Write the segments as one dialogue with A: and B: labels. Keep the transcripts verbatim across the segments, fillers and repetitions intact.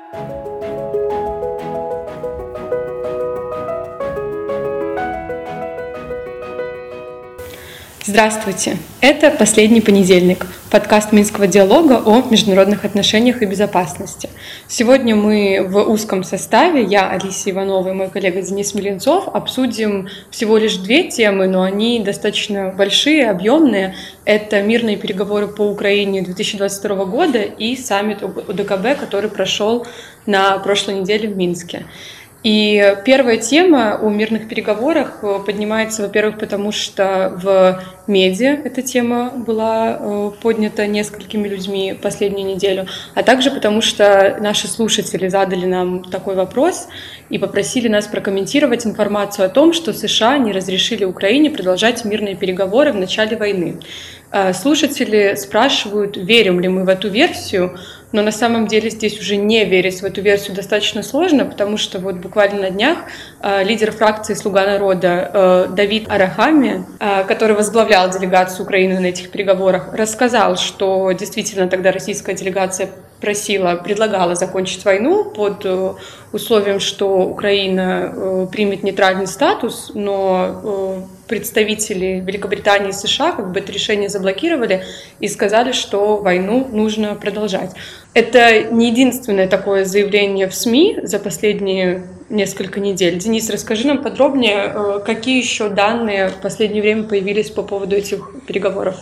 A: Здравствуйте! Это «Последний понедельник», подкаст Минского диалога о международных отношениях и безопасности. Сегодня мы в узком составе, я, Алисия Иванова, и мой коллега Денис Меленцов, обсудим всего лишь две темы, но они достаточно большие, объемные. Это мирные переговоры по Украине две тысячи двадцать второго года и саммит ОДКБ, который прошел на прошлой неделе в Минске. И первая тема о мирных переговорах поднимается, во-первых, потому что в медиа эта тема была поднята несколькими людьми последнюю неделю, а также потому что наши слушатели задали нам такой вопрос и попросили нас прокомментировать информацию о том, что США не разрешили Украине продолжать мирные переговоры в начале войны. Слушатели спрашивают, верим ли мы в эту версию, но на самом деле здесь уже не верить в эту версию достаточно сложно, потому что вот буквально на днях э, лидер фракции «Слуга народа» э, Давид Арахамия, э, который возглавлял делегацию Украины на этих переговорах, рассказал, что действительно тогда российская делегация просила, предлагала закончить войну под э, условием, что Украина э, примет нейтральный статус, но э, представители Великобритании и США как бы это решение заблокировали и сказали, что войну нужно продолжать. Это не единственное такое заявление в СМИ за последние несколько недель. Денис, расскажи нам подробнее, какие еще данные в последнее время появились по поводу этих переговоров.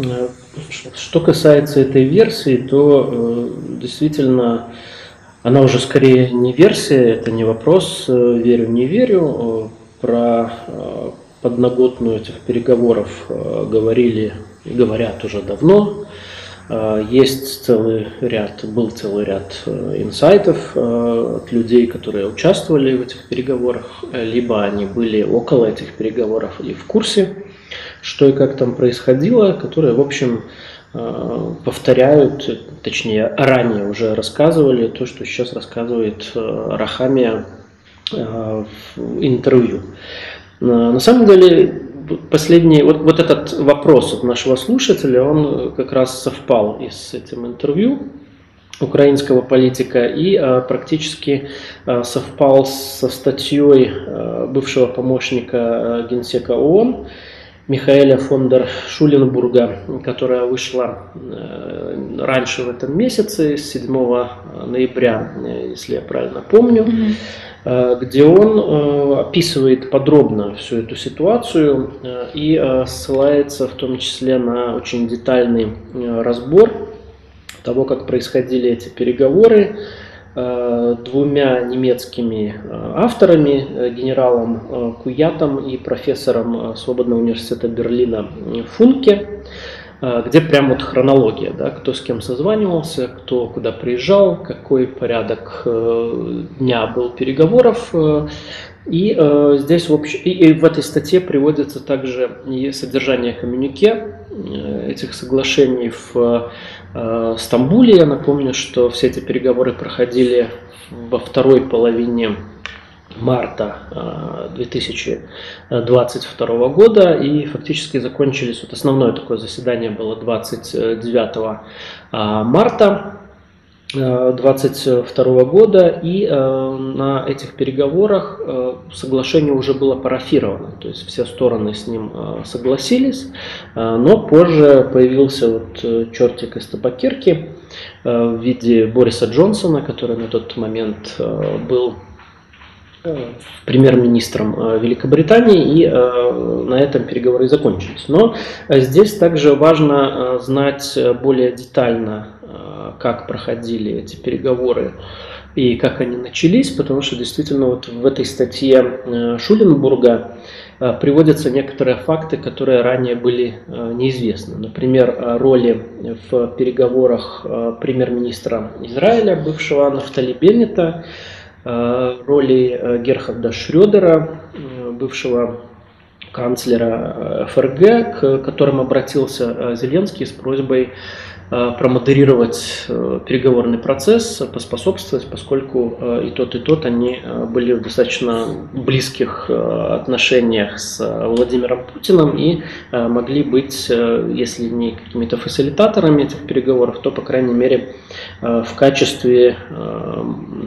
B: Что касается этой версии, то действительно она уже скорее не версия, это не вопрос, верю, не верю. Про подноготную этих переговоров говорили и говорят уже давно. Есть целый ряд, был целый ряд инсайтов от людей, которые участвовали в этих переговорах, либо они были около этих переговоров и в курсе, что и как там происходило, которые, в общем, повторяют, точнее, ранее уже рассказывали то, что сейчас рассказывает Арахамия в интервью. На самом деле, последний, вот, вот этот вопрос от нашего слушателя, он как раз совпал и с этим интервью украинского политика и а, практически а, совпал со статьей а, бывшего помощника генсека ООН Михаэля фон дер Шуленбурга, которая вышла э, раньше в этом месяце, седьмого ноября, если я правильно помню, mm-hmm. э, где он э, описывает подробно всю эту ситуацию э, и э, ссылается в том числе на очень детальный э, разбор того, как происходили эти переговоры двумя немецкими авторами, генералом Куятом и профессором Свободного университета Берлина Функе, где прям вот хронология, да, кто с кем созванивался, кто куда приезжал, какой порядок дня был переговоров. И э, здесь в, общ... и, и в этой статье приводится также и содержание коммюнике этих соглашений в э, Стамбуле. Я напомню, что все эти переговоры проходили во второй половине марта э, две тысячи двадцать второго года и фактически закончились. Вот основное такое заседание было двадцать девятого марта две тысячи двадцать второго года, и э, на этих переговорах э, соглашение уже было парафировано, то есть все стороны с ним э, согласились, э, но позже появился вот э, чертик из табакерки э, в виде Бориса Джонсона, который на тот момент э, был премьер-министром Великобритании, и э, на этом переговоры закончились. Но здесь также важно знать более детально, э, как проходили эти переговоры и как они начались, потому что действительно вот в этой статье Шуленбурга э, приводятся некоторые факты, которые ранее были э, неизвестны. Например, о роли в переговорах э, премьер-министра Израиля, бывшего Нафтали Беннета, роли Герхарда Шрёдера, бывшего канцлера эф эр гэ, к которым обратился Зеленский с просьбой промодерировать переговорный процесс, поспособствовать, поскольку и тот, и тот они были в достаточно близких отношениях с Владимиром Путиным и могли быть, если не какими-то фасилитаторами этих переговоров, то, по крайней мере, в качестве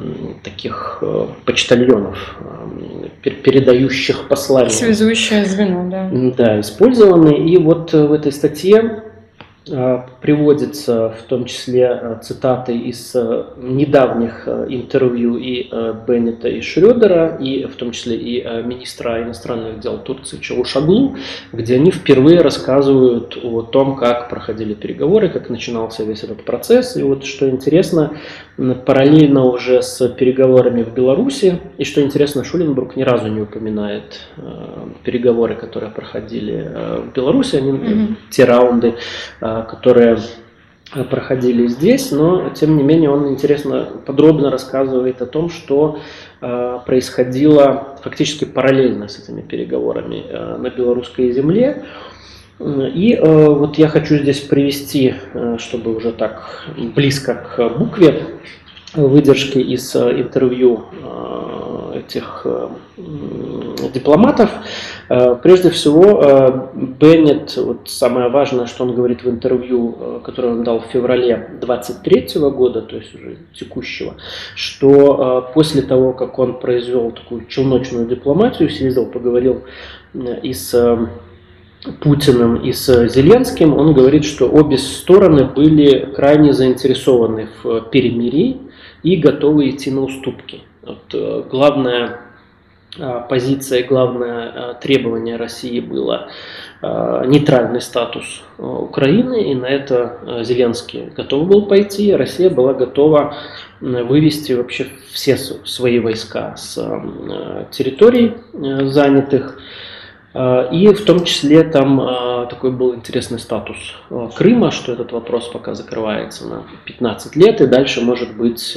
B: таких почтальонов, передающих послания.
A: Связующее звено, да.
B: Да, использованы. И вот в этой статье приводятся в том числе цитаты из недавних интервью и Беннета, и Шрёдера, и в том числе и министра иностранных дел Турции Чавушоглу, где они впервые рассказывают о том, как проходили переговоры, как начинался весь этот процесс. И вот что интересно, параллельно уже с переговорами в Беларуси, и что интересно, Шуленбург ни разу не упоминает переговоры, которые проходили в Беларуси, они, mm-hmm. те раунды, которые проходили здесь, но тем не менее он интересно, подробно рассказывает о том, что э, происходило фактически параллельно с этими переговорами э, на белорусской земле. И э, вот я хочу здесь привести, э, чтобы уже так близко к букве, выдержки из э, интервью э, этих э, дипломатов. Прежде всего, Беннет, вот самое важное, что он говорит в интервью, которое он дал в феврале двадцать третьего года, то есть уже текущего, что после того, как он произвел такую челночную дипломатию, съездил, поговорил и с Путиным, и с Зеленским, он говорит, что обе стороны были крайне заинтересованы в перемирии и готовы идти на уступки. Вот, главное позиция, главное требование России было нейтральный статус Украины, и на это Зеленский готов был пойти. Россия была готова вывести вообще все свои войска с территорий занятых. И в том числе там такой был интересный статус Крыма, что этот вопрос пока закрывается на пятнадцать лет, и дальше может быть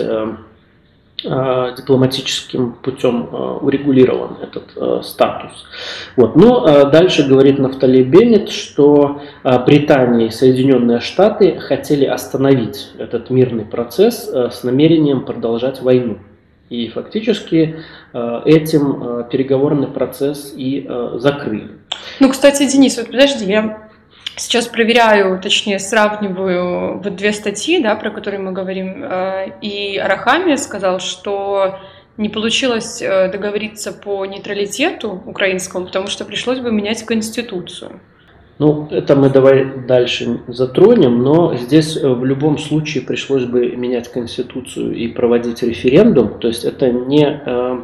B: дипломатическим путем урегулирован этот э, статус. Вот. Но э, дальше говорит Нафтали Беннет, что э, Британия и Соединенные Штаты хотели остановить этот мирный процесс э, с намерением продолжать войну. И фактически э, этим э, переговорный процесс и э, закрыли.
A: Ну, кстати, Денис, вот подожди, я сейчас проверяю, точнее сравниваю вот две статьи, да, про которые мы говорим, и Арахамия сказал, что не получилось договориться по нейтралитету украинскому, потому что пришлось бы менять Конституцию.
B: Ну, это мы давай дальше затронем, но здесь в любом случае пришлось бы менять Конституцию и проводить референдум, то есть это не...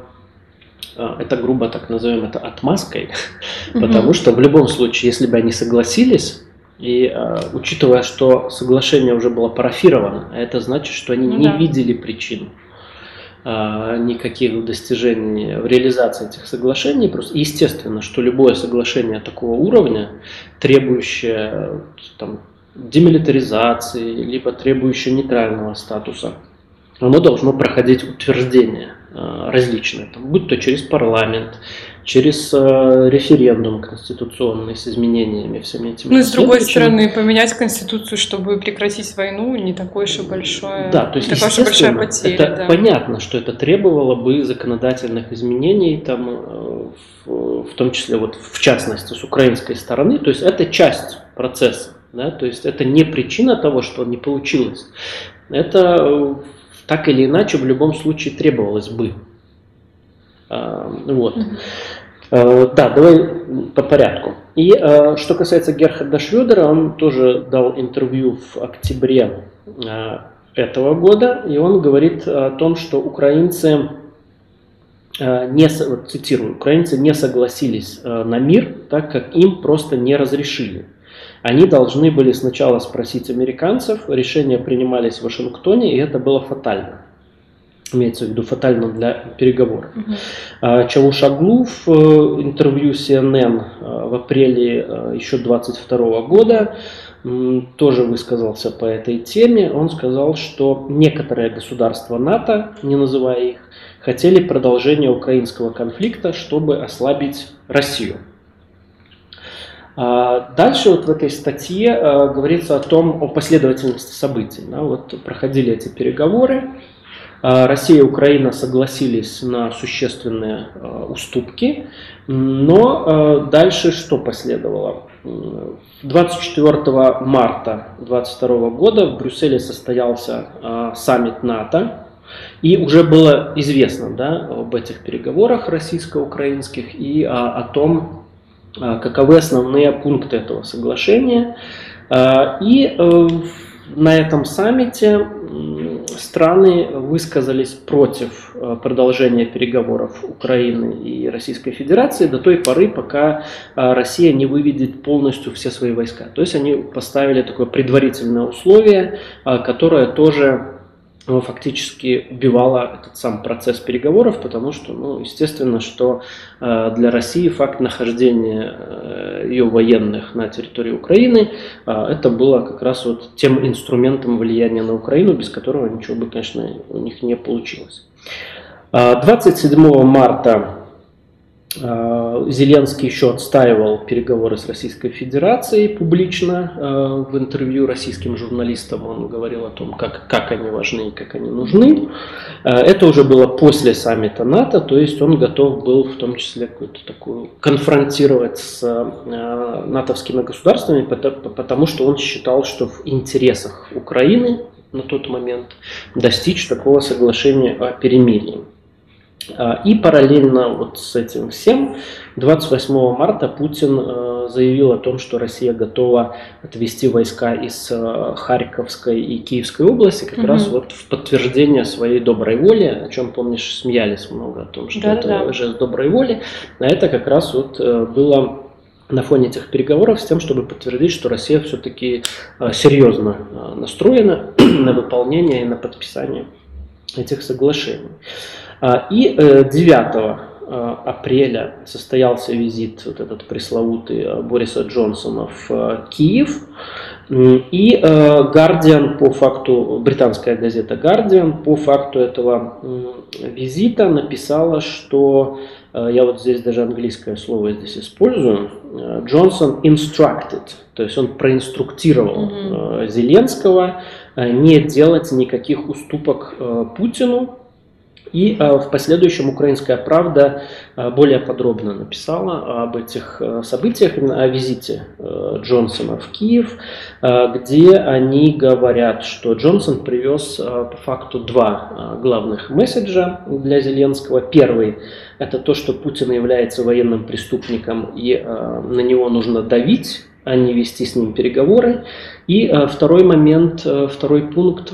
B: Это грубо так назовем это отмазкой, mm-hmm. потому что в любом случае, если бы они согласились, и э, учитывая, что соглашение уже было парафировано, это значит, что они mm-hmm. не видели причин э, никаких достижений в реализации этих соглашений. Просто естественно, что любое соглашение такого уровня, требующее там, демилитаризации, либо требующее нейтрального статуса, оно должно проходить утверждение различные, там, будь то через парламент, через э, референдум конституционный с изменениями всеми этими.
A: Ну и с другой стороны, поменять конституцию, чтобы прекратить войну, не такое уж и большое,
B: да, то есть,
A: такая уж большая потеря.
B: Это
A: да.
B: понятно, что это требовало бы законодательных изменений, там, э, в, в том числе вот в частности с украинской стороны, то есть это часть процесса, да, то есть это не причина того, что не получилось, это э, так или иначе в любом случае требовалось бы. А, вот. Mm-hmm. а, да, давай по порядку. И а, что касается Герхарда Шрёдера, он тоже дал интервью в октябре а, этого года, и он говорит о том, что украинцы, а, не, вот, цитирую, украинцы не согласились а, на мир, так как им просто не разрешили. Они должны были сначала спросить американцев, решения принимались в Вашингтоне, и это было фатально. Имеется в виду фатально для переговоров. Uh-huh. Чавушоглу в интервью си эн эн в апреле еще двадцать второго года тоже высказался по этой теме. Он сказал, что некоторые государства НАТО, не называя их, хотели продолжения украинского конфликта, чтобы ослабить Россию. Дальше вот в этой статье говорится о том, о последовательности событий. Да, вот проходили эти переговоры, Россия и Украина согласились на существенные уступки, но дальше что последовало? двадцать четвёртого марта две тысячи двадцать второго года в Брюсселе состоялся саммит НАТО, И уже было известно, да, об этих переговорах российско-украинских и о, о том, каковы основные пункты этого соглашения. И на этом саммите страны высказались против продолжения переговоров Украины и Российской Федерации до той поры, пока Россия не выведет полностью все свои войска. То есть они поставили такое предварительное условие, которое тоже фактически убивало этот сам процесс переговоров, потому что, ну, естественно, что для России факт нахождения ее военных на территории Украины это было как раз вот тем инструментом влияния на Украину, без которого ничего бы, конечно, у них не получилось. двадцать седьмого марта Зеленский еще отстаивал переговоры с Российской Федерацией публично. В интервью российским журналистам он говорил о том, как, как они важны и как они нужны. Это уже было после саммита НАТО, то есть он готов был в том числе какую-то такую конфронтировать с натовскими государствами, потому что он считал, что в интересах Украины на тот момент достичь такого соглашения о перемирии. И параллельно вот с этим всем двадцать восьмого марта Путин заявил о том, что Россия готова отвести войска из Харьковской и Киевской области, как mm-hmm. раз вот в подтверждение своей доброй воли, о чем, помнишь, смеялись много о том, что Да-да-да. это жест доброй воли, а это как раз вот было на фоне этих переговоров с тем, чтобы подтвердить, что Россия все-таки серьезно настроена на выполнение и на подписание этих соглашений. И девятого апреля состоялся визит, вот этот пресловутый, Бориса Джонсона в Киев. И Guardian по факту, британская газета Guardian по факту этого визита написала, что, я вот здесь даже английское слово здесь использую, Джонсон instructed, то есть он проинструктировал mm-hmm. Зеленского не делать никаких уступок Путину. И э, в последующем «Украинская правда» э, более подробно написала об этих э, событиях, именно о визите э, Джонсона в Киев, э, где они говорят, что Джонсон привез э, по факту два э, главных месседжа для Зеленского. Первый – это то, что Путин является военным преступником и э, на него нужно давить, а не вести с ним переговоры. И э, второй момент, э, второй пункт,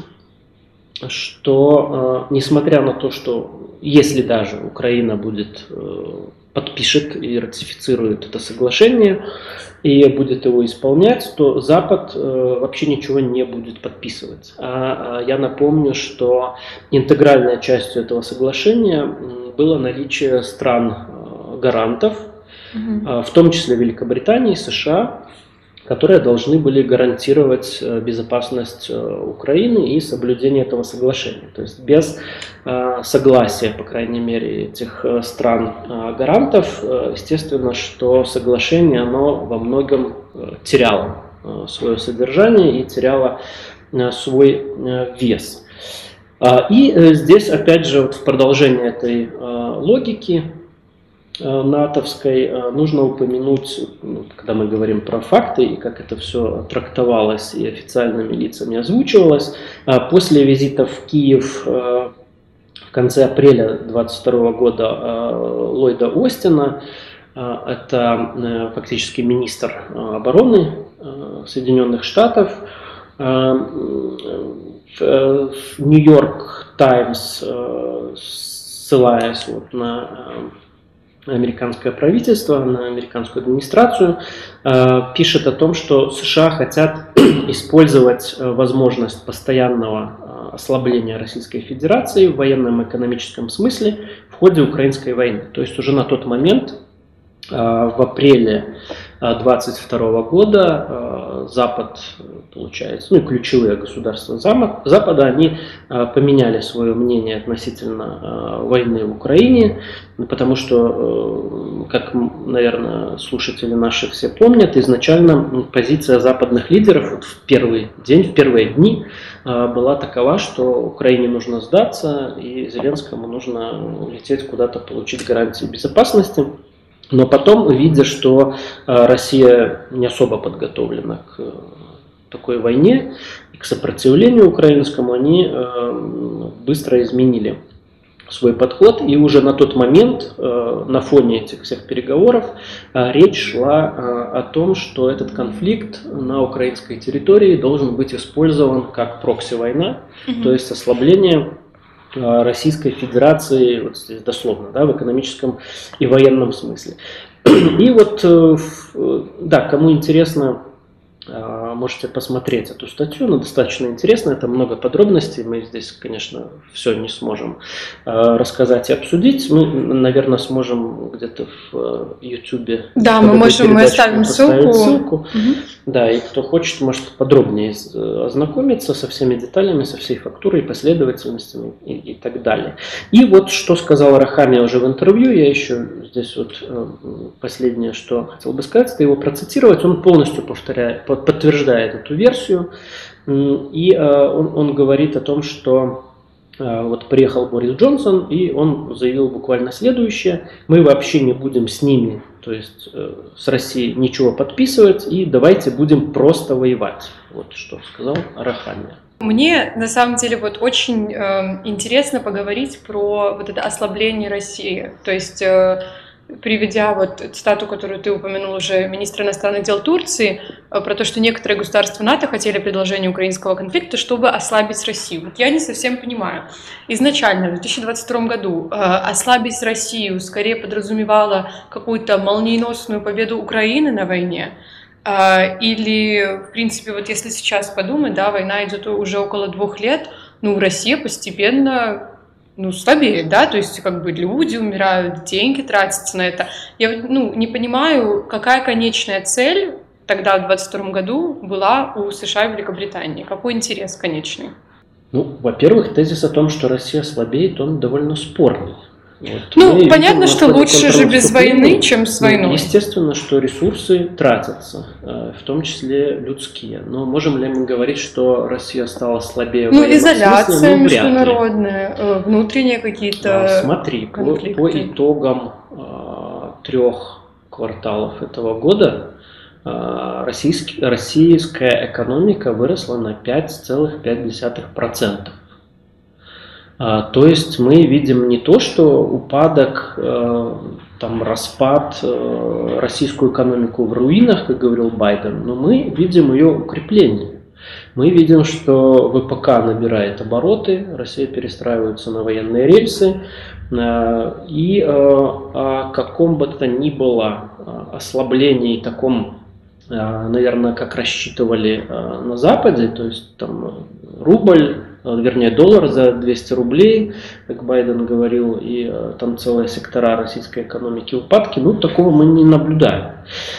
B: что э, несмотря на то, что если даже Украина будет, э, подпишет и ратифицирует это соглашение и будет его исполнять, то Запад э, вообще ничего не будет подписывать. А, а я напомню, что интегральной частью этого соглашения было наличие стран-гарантов, э, в том числе Великобритании, США, которые должны были гарантировать безопасность Украины и соблюдение этого соглашения. То есть без согласия, по крайней мере, этих стран-гарантов, естественно, что соглашение оно во многом теряло свое содержание и теряло свой вес. И здесь, опять же, вот в продолжение этой логики натовской нужно упомянуть, когда мы говорим про факты и как это все трактовалось и официальными лицами озвучивалось, после визита в Киев в конце апреля две тысячи двадцать второго года Ллойда Остина, это фактически министр обороны Соединенных Штатов, в Нью-Йорк Таймс, ссылаясь вот на американское правительство, на американскую администрацию, пишет о том, что США хотят использовать возможность постоянного ослабления Российской Федерации в военном и экономическом смысле в ходе украинской войны. То есть уже на тот момент, в апреле две тысячи двадцать второго года, Запад, получается, ну и ключевые государства Запада, они поменяли свое мнение относительно войны в Украине, потому что, как, наверное, слушатели наши все помнят, изначально позиция западных лидеров вот в первый день, в первые дни была такова, что Украине нужно сдаться и Зеленскому нужно улететь куда-то получить гарантии безопасности. Но потом, видя, что Россия не особо подготовлена к такой войне и к сопротивлению украинскому, они быстро изменили свой подход, и уже на тот момент на фоне этих всех переговоров речь шла о том, что этот конфликт на украинской территории должен быть использован как прокси-война, mm-hmm. то есть ослабление Российской Федерации, вот здесь дословно, да, в экономическом и военном смысле. И вот, да, кому интересно, можете посмотреть эту статью, она достаточно интересная, там много подробностей, мы здесь, конечно, все не сможем рассказать и обсудить, мы, наверное, сможем где-то в YouTube.
A: Да, мы можем, мы оставим ссылку.
B: ссылку. Угу. Да, и кто хочет, может подробнее ознакомиться со всеми деталями, со всей фактурой, последовательностями и, и так далее. И вот что сказал Рахамия уже в интервью, я еще здесь вот последнее, что хотел бы сказать, это его процитировать, он полностью повторяет, подтверждает эту версию, и он, он говорит о том, что вот приехал Борис Джонсон, и он заявил буквально следующее: мы вообще не будем с ними, то есть с Россией, ничего подписывать, и давайте будем просто воевать. Вот что сказал Рахамия.
A: Мне на самом деле вот очень э, интересно поговорить про вот это ослабление России, то есть э, приведя вот цитату, которую ты упомянул уже, министра иностранных дел Турции, про то, что некоторые государства НАТО хотели продолжение украинского конфликта, чтобы ослабить Россию. Вот я не совсем понимаю. Изначально, в две тысячи двадцать втором году, э, ослабить Россию скорее подразумевало какую-то молниеносную победу Украины на войне, э, или, в принципе, вот если сейчас подумать, да, война идет уже около двух лет, ну, Россия постепенно... ну, слабеет, да, то есть как бы люди умирают, деньги тратятся на это. Я ну, не понимаю, какая конечная цель тогда в двадцать втором году была у США и Великобритании, какой интерес конечный?
B: Ну, во-первых, тезис о том, что Россия слабеет, он довольно спорный. Вот.
A: Ну, понятно, видим, что лучше же без войны, чем с войной.
B: Естественно, что ресурсы тратятся, в том числе людские. Но можем ли мы говорить, что Россия стала слабее?
A: Ну, изоляция ну, международная, внутренние какие-то
B: Смотри, по, по итогам э, трех кварталов этого года э, российский, российская экономика выросла на пять целых пять десятых процента. То есть мы видим не то, что упадок, там, распад, российскую экономику в руинах, как говорил Байден, но мы видим ее укрепление. Мы видим, что ВПК набирает обороты, Россия перестраивается на военные рельсы, и о каком бы то ни было ослаблении, таком, наверное, как рассчитывали на Западе, то есть там рубль, вернее доллар за двести рублей, как Байден говорил, и там целые сектора российской экономики упадки, ну такого мы не наблюдаем.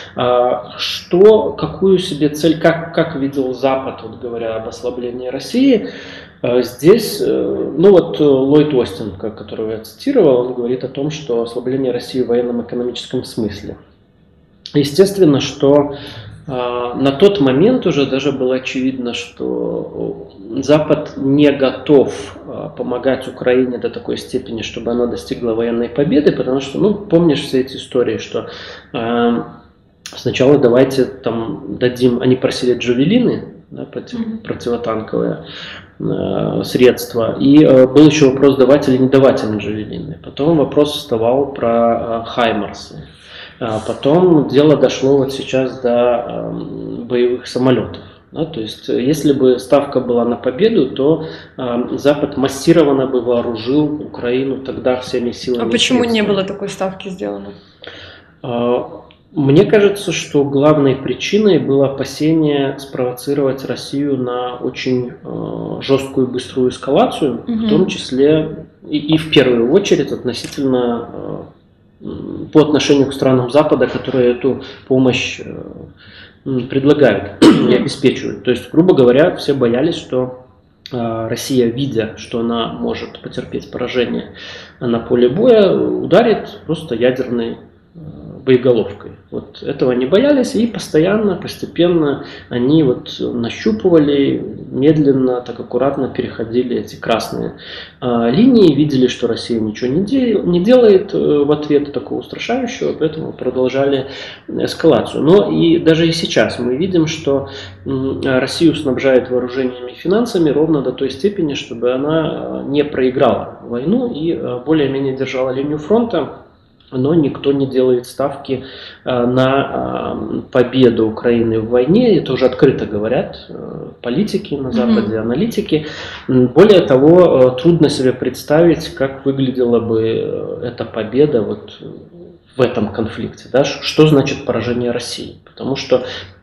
B: Что, какую себе цель, как, как видел Запад, вот говоря об ослаблении России, здесь, ну вот Ллойд Остин, которого я цитировал, он говорит о том, что ослабление России в военном экономическом смысле. Естественно, что на тот момент уже даже было очевидно, что Запад не готов помогать Украине до такой степени, чтобы она достигла военной победы, потому что, ну, помнишь все эти истории, что э, сначала давайте там дадим, они просили джавелины, да, против, mm-hmm. противотанковые э, средства, и э, был еще вопрос, давать или не давать им джавелины. Потом вопрос вставал про э, хаймарсы. А потом дело дошло вот сейчас до э, боевых самолетов. Да, то есть, если бы ставка была на победу, то э, Запад массированно бы вооружил Украину тогда всеми силами.
A: А почему не было такой ставки сделано?
B: Э, мне кажется, что главной причиной было опасение спровоцировать Россию на очень э, жесткую и быструю эскалацию, угу. в том числе и, и в первую очередь относительно э, по отношению к странам Запада, которые эту помощь предлагают и обеспечивают. То есть, грубо говоря, все боялись, что Россия, видя, что она может потерпеть поражение на поле боя, ударит просто ядерной боеголовкой. Вот этого они боялись, и постоянно, постепенно они вот нащупывали, медленно, так аккуратно переходили эти красные э, линии, видели, что Россия ничего не, де- не делает э, в ответ такого устрашающего, поэтому продолжали эскалацию. Но и даже и сейчас мы видим, что э, Россию снабжают вооружениями и финансами ровно до той степени, чтобы она не проиграла войну и э, более-менее держала линию фронта. Но никто не делает ставки на победу Украины в войне. Это уже открыто говорят политики на Западе, mm-hmm. аналитики. Более того, трудно себе представить, как выглядела бы эта победа вот в этом конфликте. Да? Что значит поражение России? Потому что,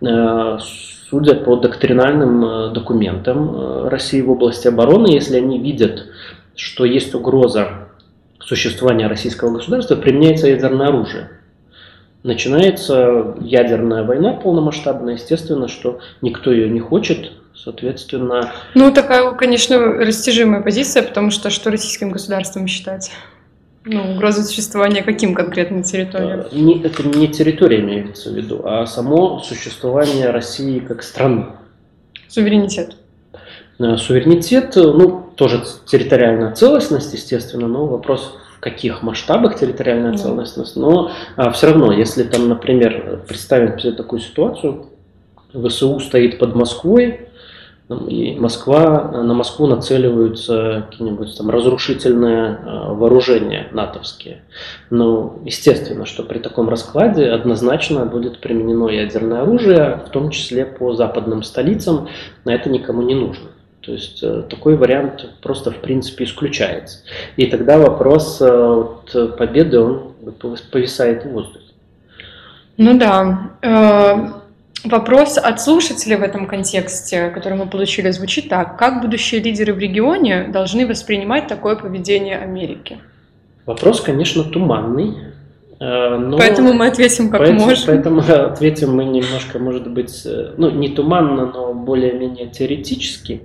B: судя по доктринальным документам России в области обороны, если они видят, что есть угроза существования российского государства, применяется ядерное оружие. Начинается ядерная война полномасштабная, естественно, что никто ее не хочет, соответственно...
A: Ну, такая, конечно, растяжимая позиция, потому что что российским государством считать? Ну, угроза существования каким конкретно территориям?
B: Не, это не территория имеется в виду, а само существование России как страны.
A: Суверенитет.
B: Суверенитет, ну, тоже территориальная целостность, естественно, но вопрос, в каких масштабах территориальная mm. целостность. Но а, все равно, если там, например, представим себе такую ситуацию, ВСУ стоит под Москвой, и Москва, на Москву нацеливаются какие-нибудь там разрушительные а, вооружения натовские. Ну, естественно, что при таком раскладе однозначно будет применено ядерное оружие, в том числе по западным столицам, на это никому не нужно. То есть такой вариант просто в принципе исключается. И тогда вопрос вот, победы, он повисает в воздухе.
A: Ну да. Вопрос от слушателей в этом контексте, который мы получили, звучит так. Как будущие лидеры в регионе должны воспринимать такое поведение Америки?
B: Вопрос, конечно, туманный. Но
A: поэтому мы ответим как
B: поэтому,
A: можем.
B: Поэтому ответим мы немножко, может быть, ну не туманно, но более-менее теоретически.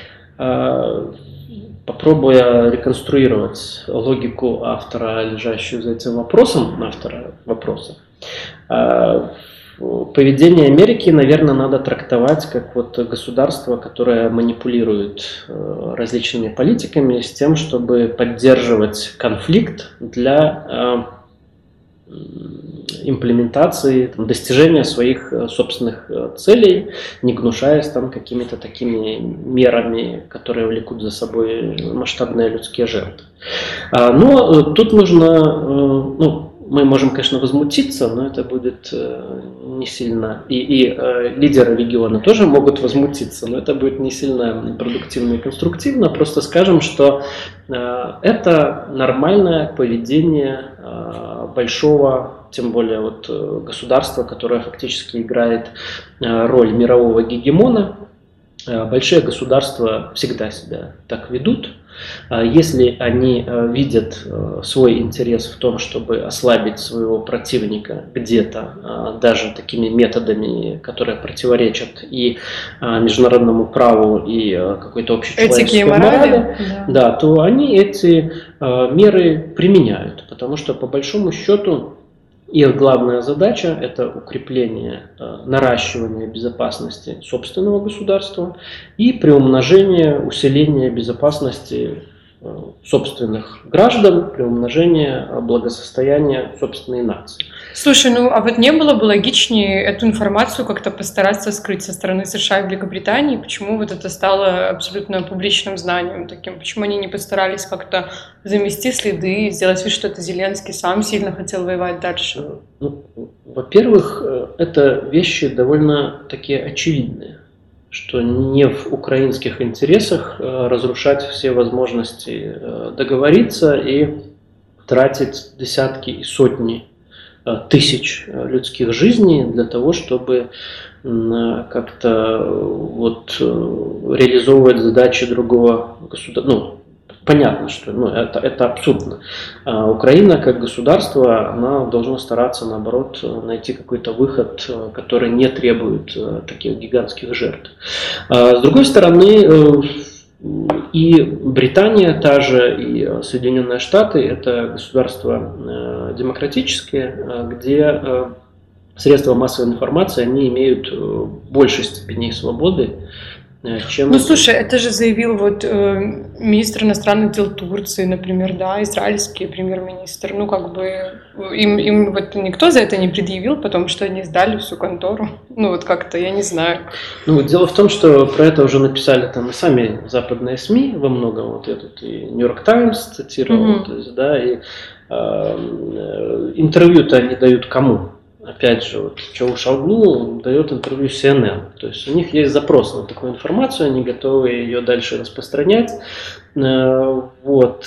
B: Попробуя реконструировать логику автора, лежащую за этим вопросом, автора вопроса. Поведение Америки, наверное, надо трактовать как вот государство, которое манипулирует различными политиками с тем, чтобы поддерживать конфликт для имплементации, там, достижения своих собственных целей, не гнушаясь там какими-то такими мерами, которые влекут за собой масштабные людские жертвы. Но тут нужно, ну, мы можем, конечно, возмутиться, но это будет не сильно, и, и лидеры региона тоже могут возмутиться, но это будет не сильно продуктивно и конструктивно. Просто скажем, что это нормальное поведение большого, тем более вот государства, которое фактически играет роль мирового гегемона. Большие государства всегда себя так ведут. Если они видят свой интерес в том, чтобы ослабить своего противника где-то, даже такими методами, которые противоречат и международному праву, и какой-то общечеловеческой морали, да. Да, то они эти меры применяют, потому что по большому счету их главная задача – это укрепление, наращивание безопасности собственного государства и приумножение, усиление безопасности собственных граждан, приумножение благосостояния собственной нации.
A: Слушай, ну а вот не было бы логичнее эту информацию как-то постараться скрыть со стороны США и Великобритании? Почему вот это стало абсолютно публичным знанием таким? Почему они не постарались как-то замести следы, сделать вид, что это Зеленский сам сильно хотел воевать дальше?
B: Ну, во-первых, это вещи довольно такие очевидные, что не в украинских интересах разрушать все возможности договориться и тратить десятки и сотни тысяч людских жизней для того, чтобы как-то вот реализовывать задачи другого государства. Ну, понятно, что ну, это, это абсурдно. А Украина как государство, она должна стараться, наоборот, найти какой-то выход, который не требует таких гигантских жертв. А с другой стороны, И Британия, та же, и Соединенные Штаты – это государства демократические, где средства массовой информации, они имеют большей степени свободы, чем...
A: Ну, слушай, это же заявил вот э, министр иностранных дел Турции, например, да, израильский премьер-министр. Ну, как бы им, им вот никто за это не предъявил, потому что они сдали всю контору. Ну, вот как-то, я не знаю.
B: Ну, дело в том, что про это уже написали там и сами западные СМИ во многом. Вот я тут и Нью-Йорк Таймс цитировал, mm-hmm. то есть, да, и э, интервью-то они дают кому? Опять же, вот Чавушоглу дает интервью Си Эн Эн. То есть у них есть запрос на такую информацию, они готовы ее дальше распространять. Вот.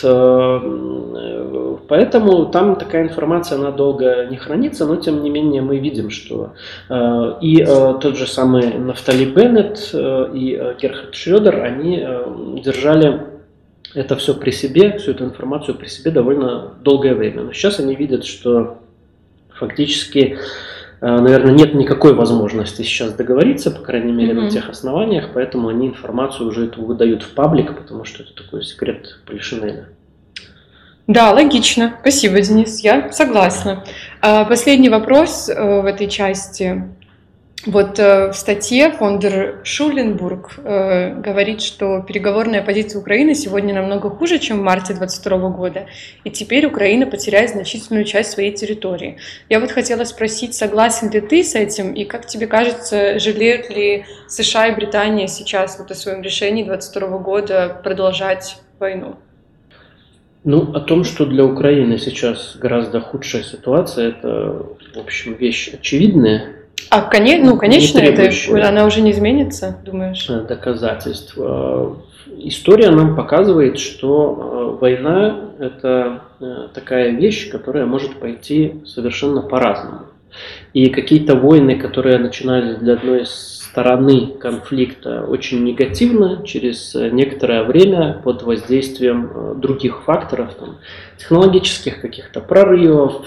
B: Поэтому там такая информация, она долго не хранится, но тем не менее мы видим, что и тот же самый Нафтали Беннет, и Герхард Шредер, они держали это все при себе, всю эту информацию при себе довольно долгое время. Но сейчас они видят, что фактически, наверное, нет никакой возможности сейчас договориться, по крайней мере, mm-hmm. на тех основаниях, поэтому они информацию уже эту выдают в паблик, потому что это такой секрет Полишинеля.
A: Да, логично. Спасибо, Денис, я согласна. Последний вопрос в этой части. Вот в статье фон дер Шуленбург э, говорит, что переговорная позиция Украины сегодня намного хуже, чем в марте двадцать второго года, и теперь Украина потеряет значительную часть своей территории. Я вот хотела спросить, согласен ли ты с этим, и как тебе кажется, жалеют ли США и Британия сейчас вот о своем решении двадцать второго года продолжать войну?
B: Ну, о том, что для Украины сейчас гораздо худшая ситуация, это, в общем, вещь очевидная.
A: А, конечно, ну, конечно, это, она уже не изменится, думаешь?
B: Доказательств. История нам показывает, что война – это такая вещь, которая может пойти совершенно по-разному. И какие-то войны, которые начинались для одной стороны конфликта очень негативно, через некоторое время под воздействием других факторов, там, технологических каких-то прорывов,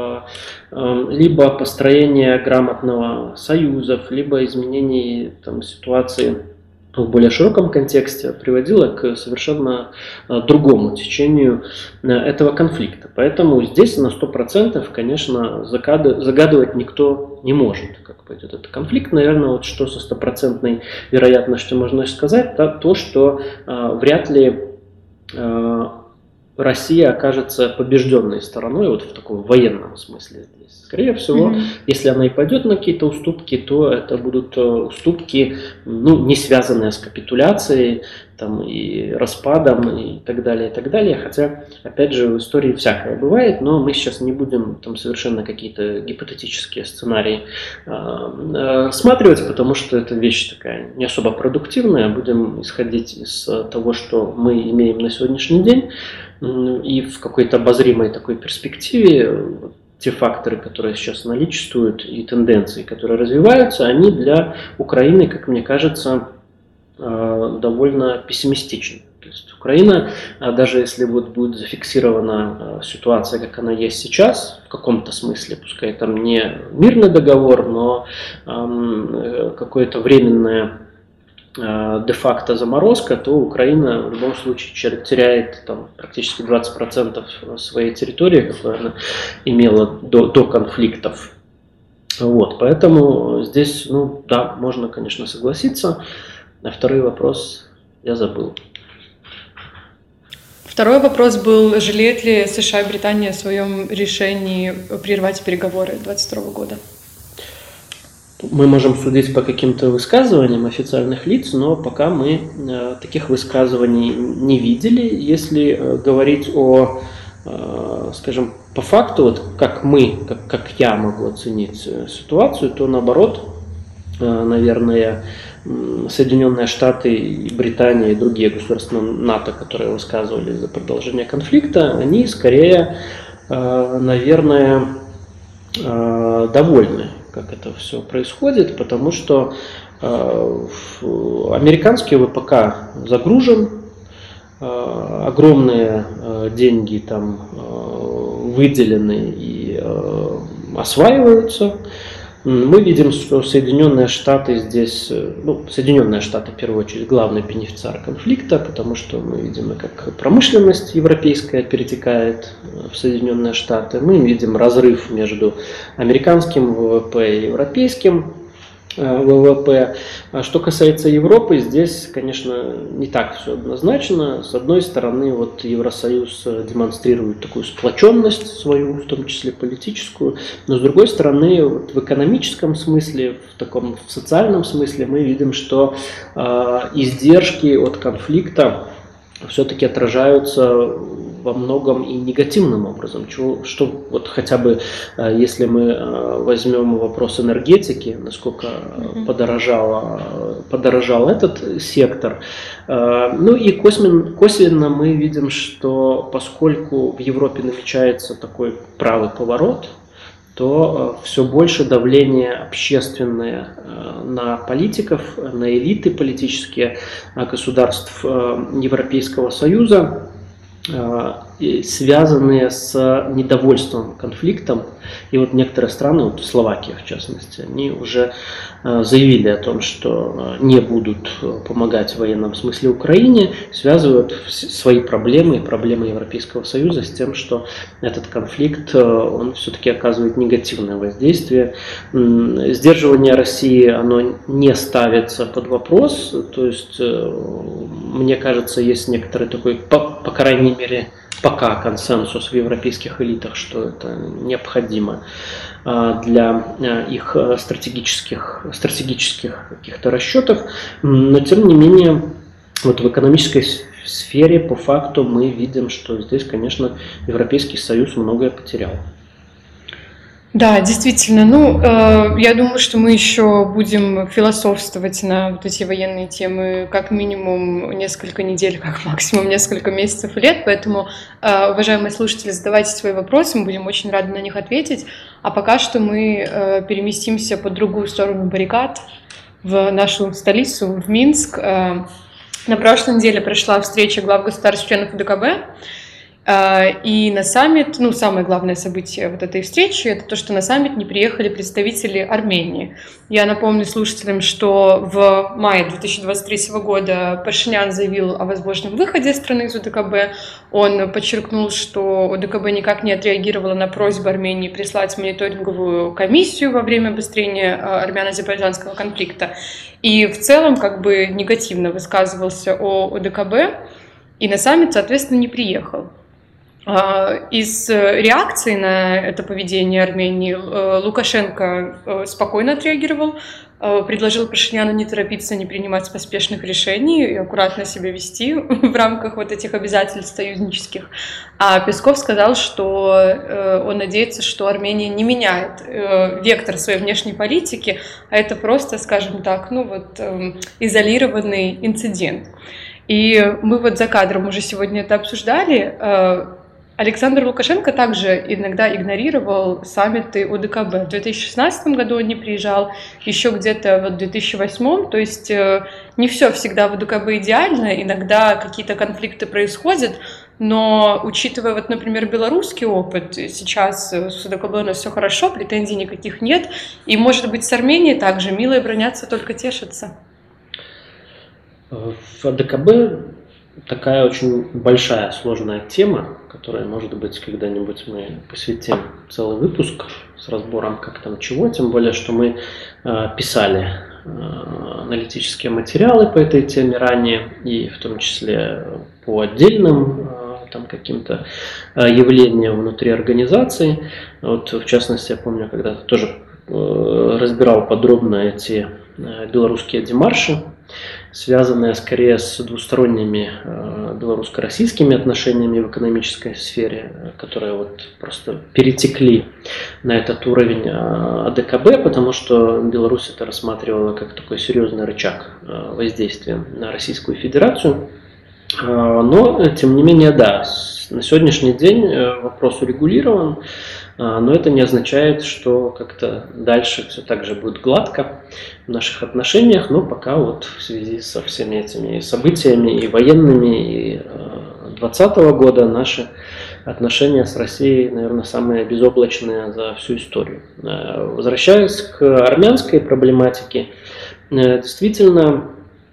B: либо построения грамотного союзов, либо изменений там, ситуации в более широком контексте, приводило к совершенно другому течению этого конфликта. Поэтому здесь на сто процентов, конечно, загадывать никто не может, как пойдет этот конфликт. Наверное, вот что со стопроцентной вероятностью можно сказать, то, то что э, вряд ли э, Россия окажется побежденной стороной вот в таком военном смысле. Скорее всего, mm-hmm. если она и пойдет на какие-то уступки, то это будут уступки, ну, не связанные с капитуляцией там, и распадом и так далее, и так далее. Хотя, опять же, в истории всякое бывает, но мы сейчас не будем там совершенно какие-то гипотетические сценарии э, рассматривать, потому что это вещь такая не особо продуктивная. Будем исходить из того, что мы имеем на сегодняшний день, и в какой-то обозримой такой перспективе те факторы, которые сейчас наличествуют, и тенденции, которые развиваются, они для Украины, как мне кажется, довольно пессимистичны. То есть Украина, даже если вот будет зафиксирована ситуация, как она есть сейчас, в каком-то смысле, пускай там не мирный договор, но какое-то временное де-факто заморозка, то Украина в любом случае теряет там, практически двадцать процентов своей территории, которую она имела до, до конфликтов. Вот, поэтому здесь, ну да, можно, конечно, согласиться. А второй вопрос я забыл.
A: Второй вопрос был, жалеет ли США и Британия о своем решении прервать переговоры двадцать второго года?
B: Мы можем судить по каким-то высказываниям официальных лиц, но пока мы э, таких высказываний не видели. Если э, говорить о, э, скажем, по факту, вот как мы, как, как я могу оценить ситуацию, то наоборот, э, наверное, Соединенные Штаты, и Британия и другие государства НАТО, которые высказывались за продолжение конфликта, они скорее, э, наверное, э, довольны, как это все происходит, потому что э, американский ВПК загружен, э, огромные э, деньги там э, выделены и э, осваиваются. Мы видим, что Соединенные Штаты здесь, ну, Соединенные Штаты в первую очередь главный бенефициар конфликта, потому что мы видим, как промышленность европейская перетекает в Соединенные Штаты, мы видим разрыв между американским ВВП и европейским ВВП. А что касается Европы, здесь, конечно, не так все однозначно. С одной стороны, вот Евросоюз демонстрирует такую сплоченность свою, в том числе политическую, но с другой стороны, вот в экономическом смысле, в таком в социальном смысле мы видим, что э, издержки от конфликта все-таки отражаются во многом и негативным образом. Что, что вот хотя бы, если мы возьмем вопрос энергетики, насколько mm-hmm. подорожало, подорожал этот сектор, ну и косвенно, косвенно мы видим, что поскольку в Европе намечается такой правый поворот, то все больше давление общественное на политиков, на элиты политические государств Европейского Союза, связанные с недовольством конфликтом. И вот некоторые страны, вот Словакия в частности, они уже заявили о том, что не будут помогать в военном смысле Украине, связывают свои проблемы и проблемы Европейского Союза с тем, что этот конфликт, он все-таки оказывает негативное воздействие. Сдерживание России, оно не ставится под вопрос, то есть, мне кажется, есть некоторый такой, по, по крайней мере, пока консенсус в европейских элитах, что это необходимо для их стратегических, стратегических каких-то расчетов, но тем не менее вот в экономической сфере по факту мы видим, что здесь, конечно, Европейский Союз многое потерял.
A: Да, действительно. Ну, э, я думаю, что мы еще будем философствовать на вот эти военные темы как минимум несколько недель, как максимум несколько месяцев и лет. Поэтому, э, уважаемые слушатели, задавайте свои вопросы, мы будем очень рады на них ответить. А пока что мы э, переместимся по другую сторону баррикад, в нашу столицу, в Минск. Э, на прошлой неделе прошла встреча глав государств-членов УДКБ. И на саммит, ну, самое главное событие вот этой встречи, это то, что на саммит не приехали представители Армении. Я напомню слушателям, что в мае две тысячи двадцать третьего года Пашинян заявил о возможном выходе страны из УДКБ. Он подчеркнул, что УДКБ никак не отреагировала на просьбу Армении прислать мониторинговую комиссию во время обострения армяно-азербайджанского конфликта. И в целом как бы негативно высказывался о УДКБ, и на саммит, соответственно, не приехал. Из реакции на это поведение Армении Лукашенко спокойно отреагировал, предложил Пашиняну не торопиться, не принимать поспешных решений и аккуратно себя вести в рамках вот этих обязательств союзнических. А Песков сказал, что он надеется, что Армения не меняет вектор своей внешней политики, а это просто, скажем так, ну вот изолированный инцидент. И мы вот за кадром уже сегодня это обсуждали. Александр Лукашенко также иногда игнорировал саммиты ОДКБ. В две тысячи шестнадцатом году он не приезжал, еще где-то вот в две тысячи восьмом. То есть не все всегда в ОДКБ идеально, иногда какие-то конфликты происходят, но учитывая, вот, например, белорусский опыт, сейчас с ОДКБ у нас все хорошо, претензий никаких нет, и, может быть, с Арменией также милые бронятся, только тешатся.
B: В ОДКБ такая очень большая, сложная тема, которой, может быть, когда-нибудь мы посвятим целый выпуск с разбором как там чего, тем более, что мы э, писали э, аналитические материалы по этой теме ранее, и в том числе по отдельным э, там каким-то э, явлениям внутри организации. Вот, в частности, я помню, когда-то тоже э, разбирал подробно эти э, белорусские демарши, связанная скорее с двусторонними э, белорусско-российскими отношениями в экономической сфере, которые вот просто перетекли на этот уровень э, ОДКБ, потому что Беларусь это рассматривала как такой серьезный рычаг э, воздействия на Российскую Федерацию. Э, но, тем не менее, да, с, на сегодняшний день э, вопрос урегулирован. Но это не означает, что как-то дальше все так же будет гладко в наших отношениях, но пока вот в связи со всеми этими событиями и военными, и двадцатого года наши отношения с Россией, наверное, самые безоблачные за всю историю. Возвращаясь к армянской проблематике, действительно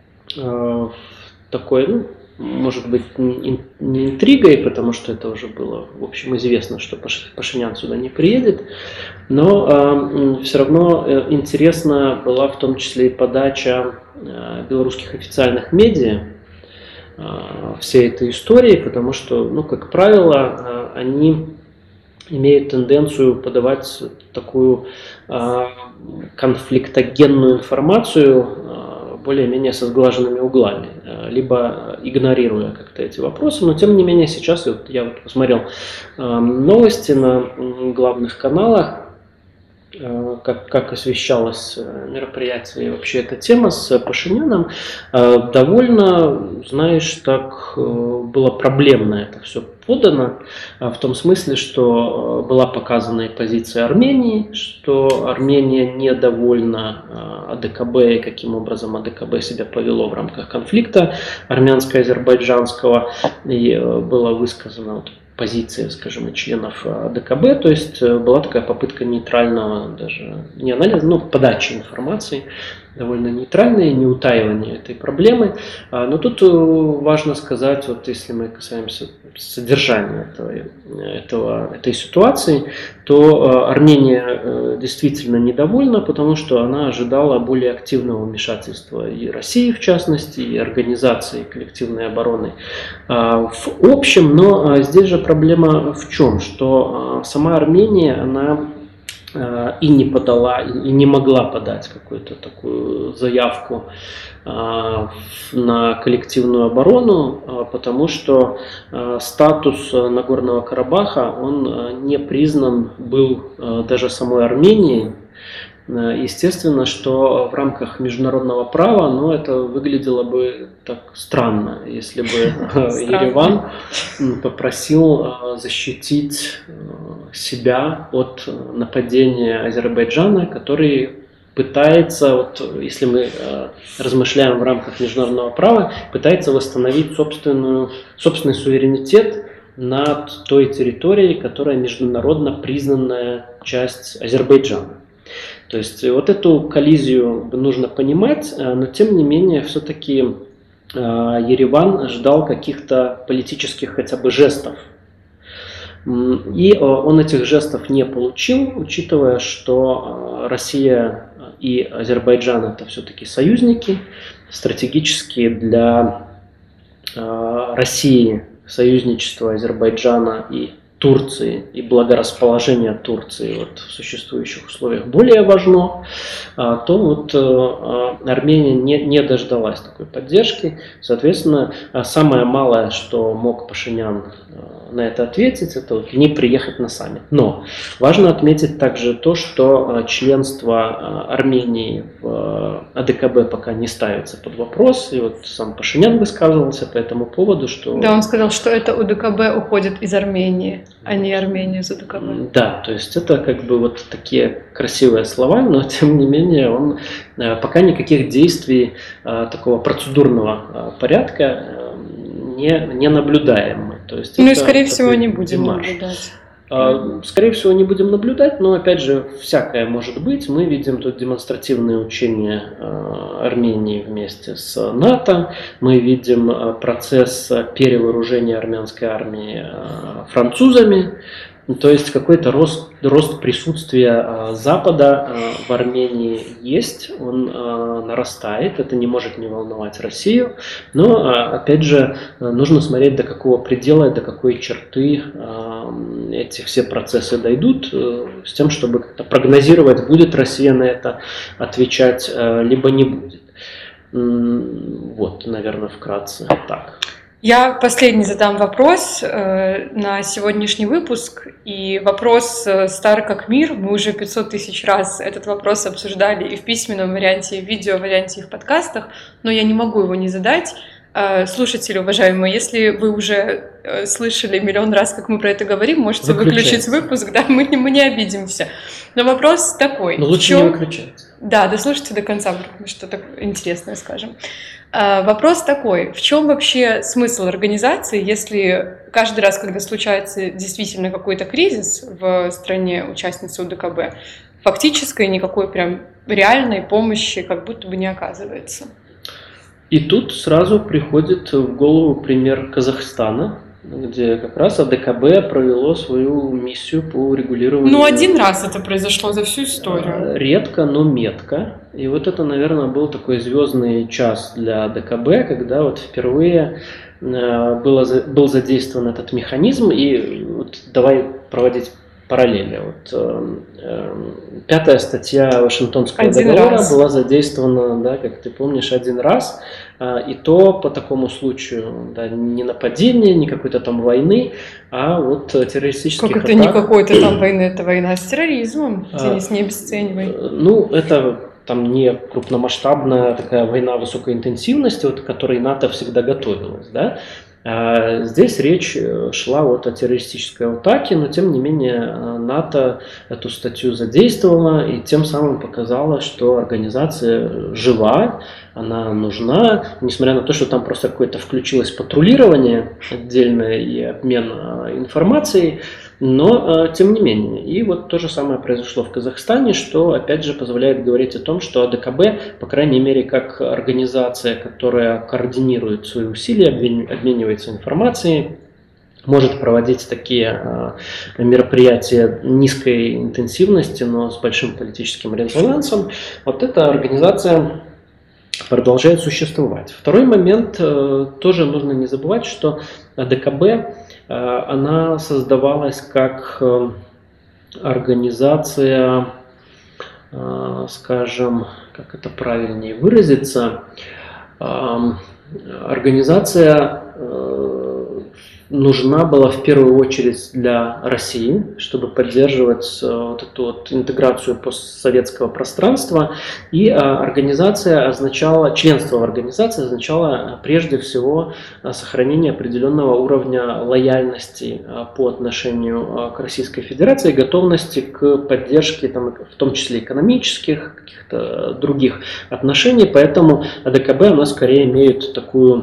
B: такой, ну, может быть, не интригой, потому что это уже было, в общем, известно, что Пашинян сюда не приедет, но э, все равно интересна была в том числе и подача э, белорусских официальных медиа э, всей этой истории, потому что, ну, как правило, э, они имеют тенденцию подавать такую э, конфликтогенную информацию, э, более-менее со сглаженными углами, либо игнорируя как-то эти вопросы. Но тем не менее сейчас вот, я вот посмотрел э, новости на главных каналах, э, как, как освещалось мероприятие и вообще эта тема с Пашиняном. Э, довольно, знаешь, так э, было проблемно это все подано, в том смысле, что была показана и позиция Армении, что Армения недовольна АДКБ и каким образом АДКБ себя повело в рамках конфликта армянско-азербайджанского, и была высказана вот позиция, скажем, членов АДКБ, то есть была такая попытка нейтрального, даже не анализа, но подачи информации, довольно нейтральное, не утаивание этой проблемы. Но тут важно сказать, вот если мы касаемся содержания этого, этого, этой ситуации, то Армения действительно недовольна, потому что она ожидала более активного вмешательства и России, в частности, и организации коллективной обороны в общем. Но здесь же проблема в чем? Что сама Армения, она и не подала, и не могла подать какую-то такую заявку на коллективную оборону, потому что статус Нагорного Карабаха, он не признан был даже самой Арменией. Естественно, что в рамках международного права, ну, это выглядело бы так странно, если бы Ереван попросил защитить себя от нападения Азербайджана, который пытается, вот, если мы размышляем в рамках международного права, пытается восстановить собственную, собственный суверенитет над той территорией, которая международно признанная часть Азербайджана. То есть вот эту коллизию нужно понимать, но тем не менее все-таки Ереван ждал каких-то политических хотя бы жестов. И он этих жестов не получил, учитывая, что Россия и Азербайджан это все-таки союзники, стратегические для России союзничество Азербайджана и Турции и благорасположение Турции вот в существующих условиях более важно, то вот Армения не, не дождалась такой поддержки. Соответственно, самое малое, что мог Пашинян на это ответить, это вот не приехать на саммит. Но важно отметить также то, что членство Армении в АДКБ пока не ставится под вопрос. И вот сам Пашинян высказывался по этому поводу, что...
A: Да, он сказал, что это УДКБ уходит из Армении, а не Армения из УДКБ.
B: Да, то есть это как бы вот такие красивые слова, но тем не менее он пока никаких действий такого процедурного порядка не, не наблюдаем. То есть
A: ну и скорее всего не будем демарш. наблюдать.
B: Скорее всего не будем наблюдать, но опять же всякое может быть. Мы видим тут демонстративные учения Армении вместе с НАТО, мы видим процесс перевооружения армянской армии французами. То есть какой-то рост, рост присутствия Запада в Армении есть, он нарастает, это не может не волновать Россию, но опять же нужно смотреть, до какого предела, до какой черты эти все процессы дойдут, с тем, чтобы как-то прогнозировать, будет Россия на это отвечать, либо не будет. Вот, наверное, вкратце так.
A: Я последний задам вопрос э, на сегодняшний выпуск, и вопрос э, стар как мир, мы уже пятьсот тысяч раз этот вопрос обсуждали и в письменном варианте, и в видео-варианте, и в подкастах, но я не могу его не задать. Э, слушатели, уважаемые, если вы уже э, слышали миллион раз, как мы про это говорим, можете выключить выпуск, да, мы, мы не обидимся. Но вопрос такой.
B: Но лучше
A: чем...
B: не выключать.
A: Да, дослушайте до конца, вдруг что-то интересное скажем. А, вопрос такой, в чем вообще смысл организации, если каждый раз, когда случается действительно какой-то кризис в стране участницы УДКБ, фактической никакой прям реальной помощи как будто бы не оказывается?
B: И тут сразу приходит в голову пример Казахстана, где как раз АДКБ провело свою миссию по регулированию.
A: Ну, один раз это произошло за всю историю.
B: Редко, но метко. И вот это, наверное, был такой звездный час для АДКБ, когда вот впервые было, был задействован этот механизм. И вот давай проводить параллели. Вот, э, э, пятая статья Вашингтонского один договора раз. Была задействована, да, как ты помнишь, один раз. Э, и то по такому случаю, да, не нападения, не какой-то там войны, а вот террористических
A: атак. Как это не какой-то там войны, это война с терроризмом, Денис, не обесценивай.
B: Э, ну, это там не крупномасштабная такая война высокой интенсивности, вот, к которой НАТО всегда готовилась, да. Здесь речь шла вот о террористической атаке, но тем не менее НАТО эту статью задействовала и тем самым показала, что организация жива, она нужна, несмотря на то, что там просто какое-то включилось патрулирование отдельное и обмен информацией, но тем не менее. И вот то же самое произошло в Казахстане, что опять же позволяет говорить о том, что АДКБ, по крайней мере, как организация, которая координирует свои усилия, обменивается информацией, может проводить такие э, мероприятия низкой интенсивности, но с большим политическим резонансом. Вот эта организация продолжает существовать. Второй момент, э, тоже нужно не забывать, что АДКБ, э, она создавалась как э, организация, э, скажем, как это правильнее выразиться, э, организация э, нужна была в первую очередь для России, чтобы поддерживать вот эту вот интеграцию постсоветского пространства. И организация означала, членство в организации означало прежде всего сохранение определенного уровня лояльности по отношению к Российской Федерации, готовности к поддержке, там, в том числе экономических, каких-то других отношений. Поэтому АДКБ, она скорее имеет такую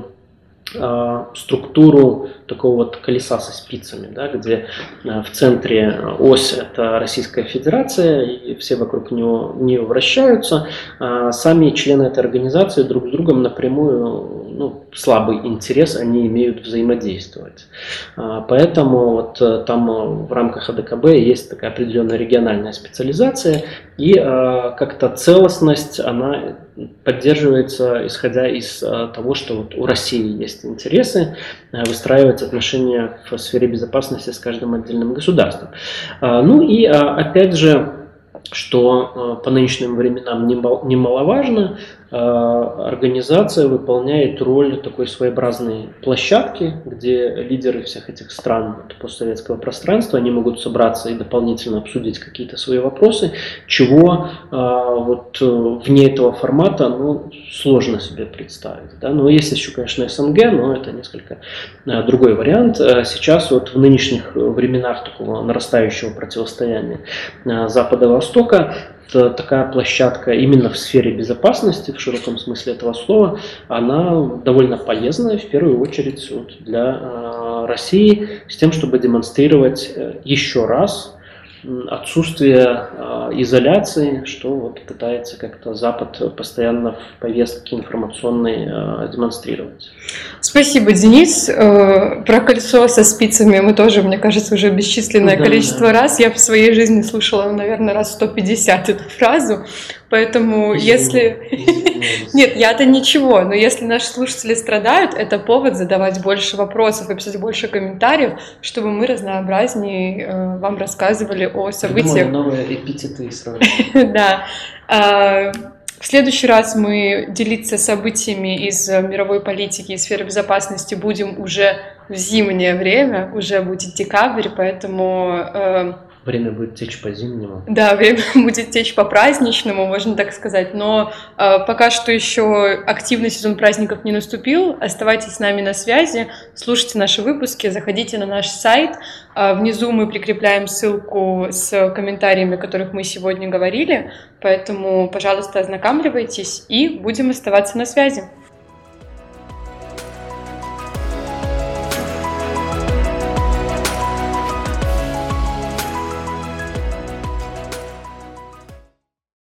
B: структуру такого вот колеса со спицами, да, где в центре ось это Российская Федерация, и все вокруг него, нее вращаются. А сами члены этой организации друг с другом напрямую, ну, слабый интерес, они имеют взаимодействовать. А поэтому вот там в рамках АДКБ есть такая определенная региональная специализация, и а, как-то целостность, она поддерживается, исходя из а, того, что вот у России есть интересы, выстраивать отношения в сфере безопасности с каждым отдельным государством. Ну и опять же, что по нынешним временам немаловажно, организация выполняет роль такой своеобразной площадки, где лидеры всех этих стран постсоветского пространства, они могут собраться и дополнительно обсудить какие-то свои вопросы, чего вот вне этого формата, ну, сложно себе представить. Да? Но есть еще, конечно, СНГ, но это несколько другой вариант. Сейчас вот в нынешних временах такого нарастающего противостояния Запада-Востока такая площадка именно в сфере безопасности, в широком смысле этого слова, она довольно полезная, в первую очередь вот для э, России, с тем, чтобы демонстрировать еще раз отсутствие э, изоляции, что вот пытается как-то Запад постоянно в повестке информационной э, демонстрировать.
A: Спасибо, Денис. Э, про колесо со спицами мы тоже, мне кажется, уже бесчисленное да, количество да. раз. Я в своей жизни слушала, наверное, раз сто пятьдесят эту фразу. Поэтому, Извини. если... Нет, я-то ничего, но если наши слушатели страдают, это повод задавать больше вопросов и писать больше комментариев, чтобы мы разнообразнее э, вам рассказывали о событиях.
B: Думаю, новые эпитеты сразу.
A: Да. В следующий раз мы делиться событиями из мировой политики и сферы безопасности будем уже в зимнее время, уже будет декабрь, поэтому...
B: Время будет течь по-зимнему.
A: Да, время будет течь по-праздничному, можно так сказать, но э, пока что еще активный сезон праздников не наступил. Оставайтесь с нами на связи, слушайте наши выпуски, заходите на наш сайт. Э, внизу мы прикрепляем ссылку с комментариями, о которых мы сегодня говорили, поэтому, пожалуйста, ознакомьтесь и будем оставаться на связи.